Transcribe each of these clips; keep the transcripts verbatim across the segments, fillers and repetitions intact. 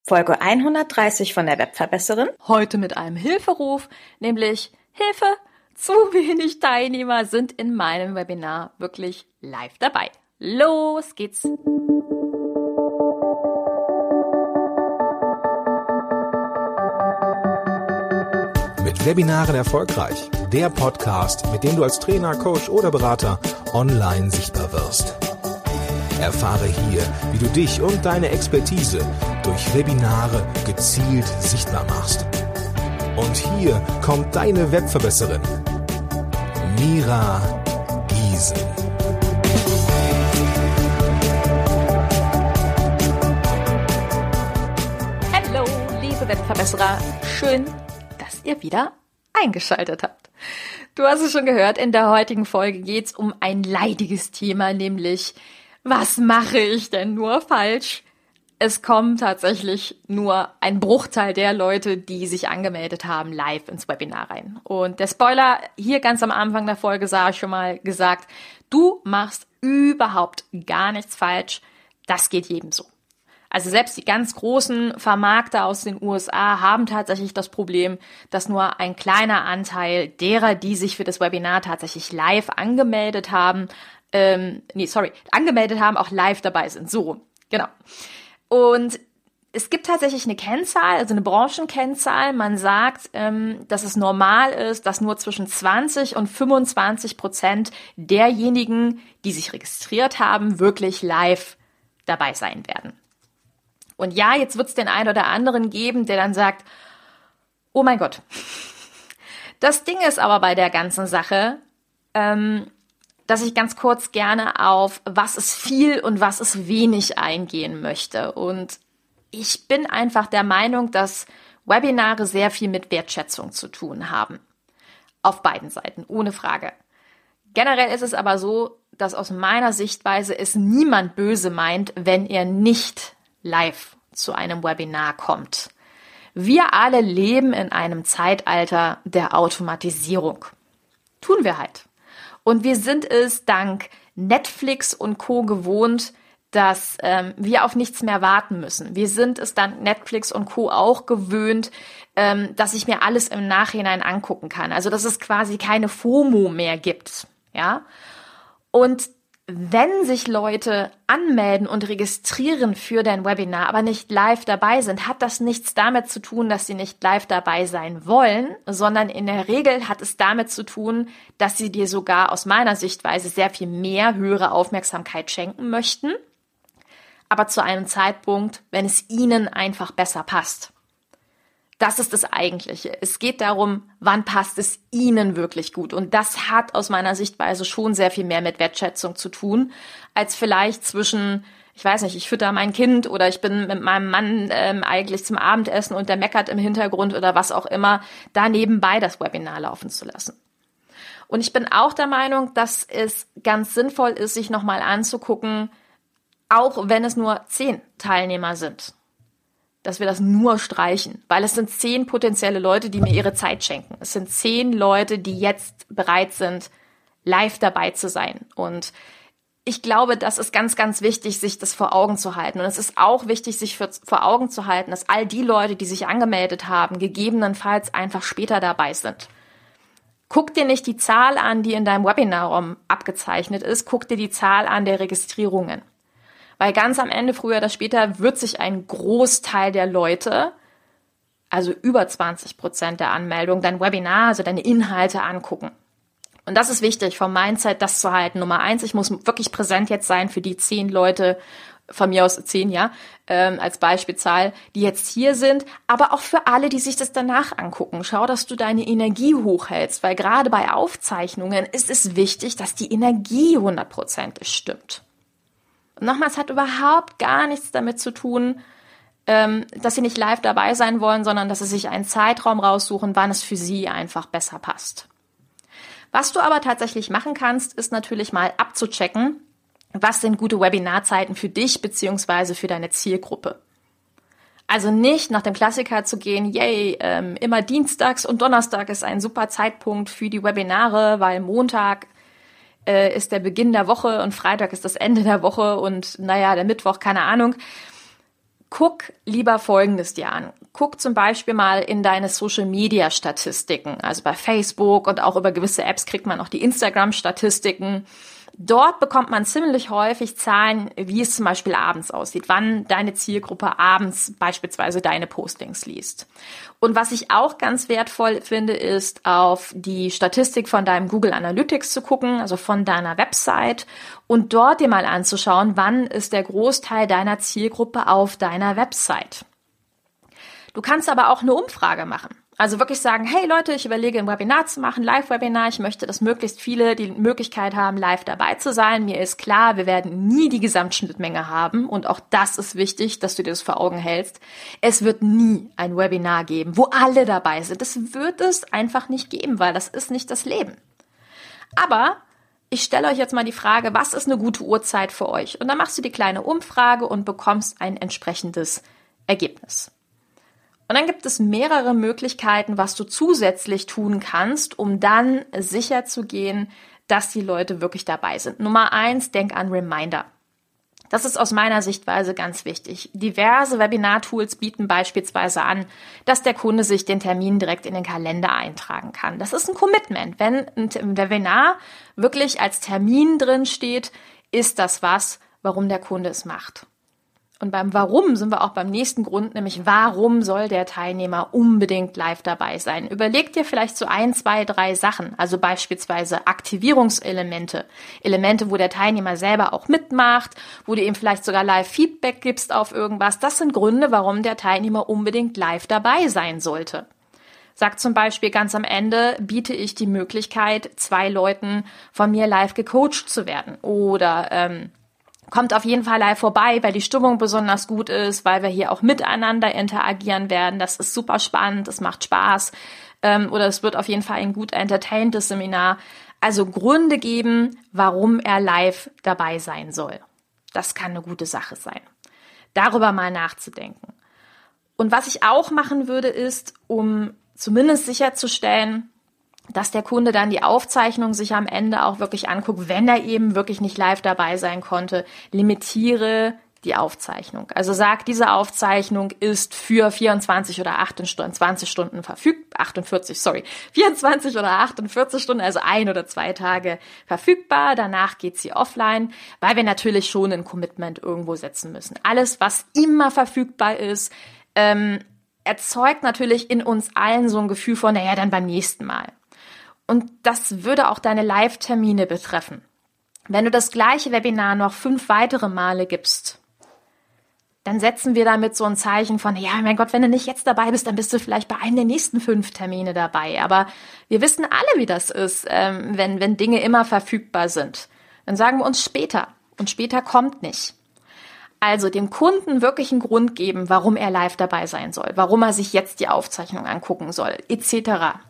Folge hundertdreißig von der Webverbesserin. Heute mit einem Hilferuf, nämlich Hilfe, zu wenig Teilnehmer sind in meinem Webinar wirklich live dabei. Los geht's! Mit Webinaren erfolgreich. Der Podcast, mit dem du als Trainer, Coach oder Berater online sichtbar wirst. Erfahre hier, wie du dich und deine Expertise durch Webinare gezielt sichtbar machst. Und hier kommt deine Webverbesserin, Mira Giesen. Hallo, liebe Webverbesserer, schön, dass ihr wieder eingeschaltet habt. Du hast es schon gehört, in der heutigen Folge geht es um ein leidiges Thema, nämlich was mache ich denn nur falsch? Es kommen tatsächlich nur ein Bruchteil der Leute, die sich angemeldet haben, live ins Webinar rein. Und der Spoiler, hier ganz am Anfang der Folge sah ich schon mal gesagt, du machst überhaupt gar nichts falsch. Das geht jedem so. Also selbst die ganz großen Vermarkter aus den U S A haben tatsächlich das Problem, dass nur ein kleiner Anteil derer, die sich für das Webinar tatsächlich live angemeldet haben, ähm, nee, sorry, angemeldet haben, auch live dabei sind. So rum, genau. Und es gibt tatsächlich eine Kennzahl, also eine Branchenkennzahl. Man sagt, ähm, dass es normal ist, dass nur zwischen zwanzig und fünfundzwanzig Prozent derjenigen, die sich registriert haben, wirklich live dabei sein werden. Und ja, jetzt wird es den einen oder anderen geben, der dann sagt, oh mein Gott. Das Ding ist aber bei der ganzen Sache, ähm, dass ich ganz kurz gerne auf was ist viel und was ist wenig eingehen möchte. Und ich bin einfach der Meinung, dass Webinare sehr viel mit Wertschätzung zu tun haben. Auf beiden Seiten, ohne Frage. Generell ist es aber so, dass aus meiner Sichtweise es niemand böse meint, wenn er nicht live zu einem Webinar kommt. Wir alle leben in einem Zeitalter der Automatisierung. Tun wir halt. Und wir sind es dank Netflix und Co. gewohnt, dass ähm, wir auf nichts mehr warten müssen. Wir sind es dank Netflix und Co. auch gewöhnt, ähm, dass ich mir alles im Nachhinein angucken kann. Also dass es quasi keine FOMO mehr gibt. Ja? Und wenn sich Leute anmelden und registrieren für dein Webinar, aber nicht live dabei sind, hat das nichts damit zu tun, dass sie nicht live dabei sein wollen, sondern in der Regel hat es damit zu tun, dass sie dir sogar aus meiner Sichtweise sehr viel mehr höhere Aufmerksamkeit schenken möchten, aber zu einem Zeitpunkt, wenn es ihnen einfach besser passt. Das ist das Eigentliche. Es geht darum, wann passt es Ihnen wirklich gut. Und das hat aus meiner Sichtweise schon sehr viel mehr mit Wertschätzung zu tun, als vielleicht zwischen, ich weiß nicht, ich fütter mein Kind oder ich bin mit meinem Mann ähm, eigentlich zum Abendessen und der meckert im Hintergrund oder was auch immer, da nebenbei das Webinar laufen zu lassen. Und ich bin auch der Meinung, dass es ganz sinnvoll ist, sich nochmal anzugucken, auch wenn es nur zehn Teilnehmer sind, dass wir das nur streichen, weil es sind zehn potenzielle Leute, die mir ihre Zeit schenken. Es sind zehn Leute, die jetzt bereit sind, live dabei zu sein. Und ich glaube, das ist ganz, ganz wichtig, sich das vor Augen zu halten. Und es ist auch wichtig, sich für, vor Augen zu halten, dass all die Leute, die sich angemeldet haben, gegebenenfalls einfach später dabei sind. Guck dir nicht die Zahl an, die in deinem Webinarraum abgezeichnet ist. Guck dir die Zahl an der Registrierungen. Weil ganz am Ende, früher oder später, wird sich ein Großteil der Leute, also über zwanzig Prozent der Anmeldung, dein Webinar, also deine Inhalte angucken. Und das ist wichtig, vom Mindset das zu halten. Nummer eins, ich muss wirklich präsent jetzt sein für die zehn Leute, von mir aus zehn, ja, ähm, als Beispielzahl, die jetzt hier sind, aber auch für alle, die sich das danach angucken. Schau, dass du deine Energie hochhältst, weil gerade bei Aufzeichnungen ist es wichtig, dass die Energie hundertprozentig stimmt. Nochmal, es hat überhaupt gar nichts damit zu tun, ähm, dass sie nicht live dabei sein wollen, sondern dass sie sich einen Zeitraum raussuchen, wann es für sie einfach besser passt. Was du aber tatsächlich machen kannst, ist natürlich mal abzuchecken, was sind gute Webinarzeiten für dich bzw. für deine Zielgruppe. Also nicht nach dem Klassiker zu gehen, yay, ähm, immer Dienstags und Donnerstag ist ein super Zeitpunkt für die Webinare, weil Montag äh, ist der Beginn der Woche und Freitag ist das Ende der Woche und naja, der Mittwoch, keine Ahnung. Guck lieber Folgendes dir an. Guck zum Beispiel mal in deine Social-Media-Statistiken. Also bei Facebook und auch über gewisse Apps kriegt man auch die Instagram-Statistiken. Dort bekommt man ziemlich häufig Zahlen, wie es zum Beispiel abends aussieht, wann deine Zielgruppe abends beispielsweise deine Postings liest. Und was ich auch ganz wertvoll finde, ist, auf die Statistik von deinem Google Analytics zu gucken, also von deiner Website, und dort dir mal anzuschauen, wann ist der Großteil deiner Zielgruppe auf deiner Website. Du kannst aber auch eine Umfrage machen. Also wirklich sagen, hey Leute, ich überlege ein Webinar zu machen, Live-Webinar. Ich möchte, dass möglichst viele die Möglichkeit haben, live dabei zu sein. Mir ist klar, wir werden nie die Gesamtschnittmenge haben. Und auch das ist wichtig, dass du dir das vor Augen hältst. Es wird nie ein Webinar geben, wo alle dabei sind. Das wird es einfach nicht geben, weil das ist nicht das Leben. Aber ich stelle euch jetzt mal die Frage, was ist eine gute Uhrzeit für euch? Und dann machst du die kleine Umfrage und bekommst ein entsprechendes Ergebnis. Und dann gibt es mehrere Möglichkeiten, was du zusätzlich tun kannst, um dann sicher zu gehen, dass die Leute wirklich dabei sind. Nummer eins, denk an Reminder. Das ist aus meiner Sichtweise ganz wichtig. Diverse Webinar-Tools bieten beispielsweise an, dass der Kunde sich den Termin direkt in den Kalender eintragen kann. Das ist ein Commitment. Wenn ein Webinar wirklich als Termin drin steht, ist das was, warum der Kunde es macht. Und beim Warum sind wir auch beim nächsten Grund, nämlich warum soll der Teilnehmer unbedingt live dabei sein? Überleg dir vielleicht so ein, zwei, drei Sachen, also beispielsweise Aktivierungselemente, Elemente, wo der Teilnehmer selber auch mitmacht, wo du ihm vielleicht sogar Live-Feedback gibst auf irgendwas. Das sind Gründe, warum der Teilnehmer unbedingt live dabei sein sollte. Sag zum Beispiel ganz am Ende, biete ich die Möglichkeit, zwei Leuten von mir live gecoacht zu werden oder ähm, kommt auf jeden Fall live vorbei, weil die Stimmung besonders gut ist, weil wir hier auch miteinander interagieren werden. Das ist super spannend, es macht Spaß. Ähm, oder es wird auf jeden Fall ein gut entertaintes Seminar. Also Gründe geben, warum er live dabei sein soll. Das kann eine gute Sache sein. Darüber mal nachzudenken. Und was ich auch machen würde, ist, um zumindest sicherzustellen, dass der Kunde dann die Aufzeichnung sich am Ende auch wirklich anguckt, wenn er eben wirklich nicht live dabei sein konnte, limitiere die Aufzeichnung. Also sag, diese Aufzeichnung ist für vierundzwanzig oder achtundzwanzig Stunden verfügbar, achtundvierzig, sorry, vierundzwanzig oder achtundvierzig Stunden, also ein oder zwei Tage verfügbar. Danach geht sie offline, weil wir natürlich schon ein Commitment irgendwo setzen müssen. Alles, was immer verfügbar ist, ähm, erzeugt natürlich in uns allen so ein Gefühl von, naja, dann beim nächsten Mal. Und das würde auch deine Live-Termine betreffen. Wenn du das gleiche Webinar noch fünf weitere Male gibst, dann setzen wir damit so ein Zeichen von, ja, mein Gott, wenn du nicht jetzt dabei bist, dann bist du vielleicht bei einem der nächsten fünf Termine dabei. Aber wir wissen alle, wie das ist, ähm, wenn, wenn Dinge immer verfügbar sind. Dann sagen wir uns später. Und später kommt nicht. Also dem Kunden wirklich einen Grund geben, warum er live dabei sein soll, warum er sich jetzt die Aufzeichnung angucken soll, et cetera.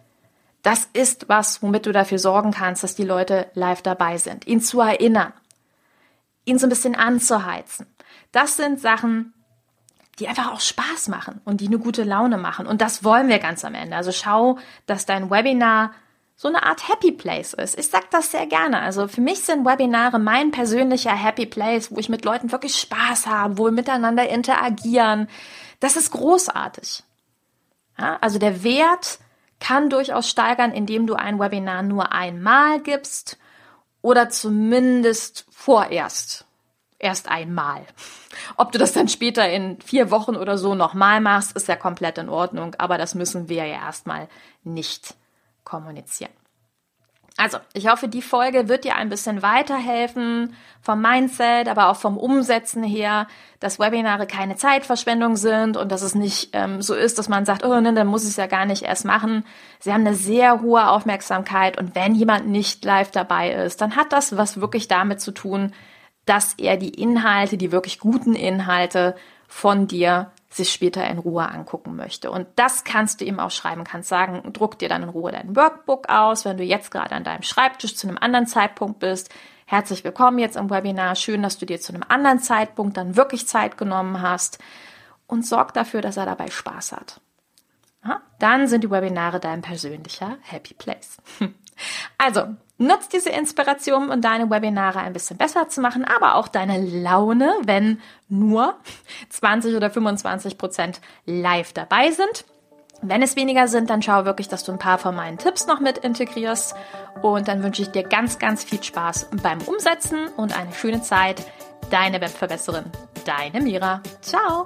Das ist was, womit du dafür sorgen kannst, dass die Leute live dabei sind. Ihn zu erinnern, ihn so ein bisschen anzuheizen. Das sind Sachen, die einfach auch Spaß machen und die eine gute Laune machen. Und das wollen wir ganz am Ende. Also schau, dass dein Webinar so eine Art Happy Place ist. Ich sage das sehr gerne. Also für mich sind Webinare mein persönlicher Happy Place, wo ich mit Leuten wirklich Spaß habe, wo wir miteinander interagieren. Das ist großartig. Ja, also der Wert kann durchaus steigern, indem du ein Webinar nur einmal gibst oder zumindest vorerst erst einmal. Ob du das dann später in vier Wochen oder so nochmal machst, ist ja komplett in Ordnung, aber das müssen wir ja erstmal nicht kommunizieren. Also, ich hoffe, die Folge wird dir ein bisschen weiterhelfen vom Mindset, aber auch vom Umsetzen her, dass Webinare keine Zeitverschwendung sind und dass es nicht ähm, so ist, dass man sagt, oh ne, dann muss ich es ja gar nicht erst machen. Sie haben eine sehr hohe Aufmerksamkeit und wenn jemand nicht live dabei ist, dann hat das was wirklich damit zu tun, dass er die Inhalte, die wirklich guten Inhalte von dir sich später in Ruhe angucken möchte. Und das kannst du ihm auch schreiben, kannst sagen, druck dir dann in Ruhe dein Workbook aus, wenn du jetzt gerade an deinem Schreibtisch zu einem anderen Zeitpunkt bist. Herzlich willkommen jetzt im Webinar. Schön, dass du dir zu einem anderen Zeitpunkt dann wirklich Zeit genommen hast und sorg dafür, dass er dabei Spaß hat. Ja, dann sind die Webinare dein persönlicher Happy Place. Also, Nutz diese Inspiration, um deine Webinare ein bisschen besser zu machen, aber auch deine Laune, wenn nur zwanzig oder fünfundzwanzig Prozent live dabei sind. Wenn es weniger sind, dann schau wirklich, dass du ein paar von meinen Tipps noch mit integrierst. Und dann wünsche ich dir ganz, ganz viel Spaß beim Umsetzen und eine schöne Zeit. Deine Webverbesserin, deine Mira. Ciao!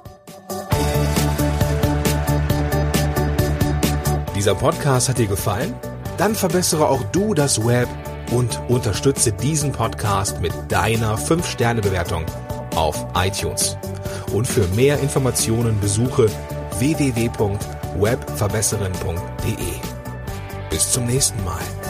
Dieser Podcast hat dir gefallen? Dann verbessere auch du das Web und unterstütze diesen Podcast mit deiner fünf Sterne Bewertung auf iTunes. Und für mehr Informationen besuche w w w punkt webverbesserin punkt d e. Bis zum nächsten Mal.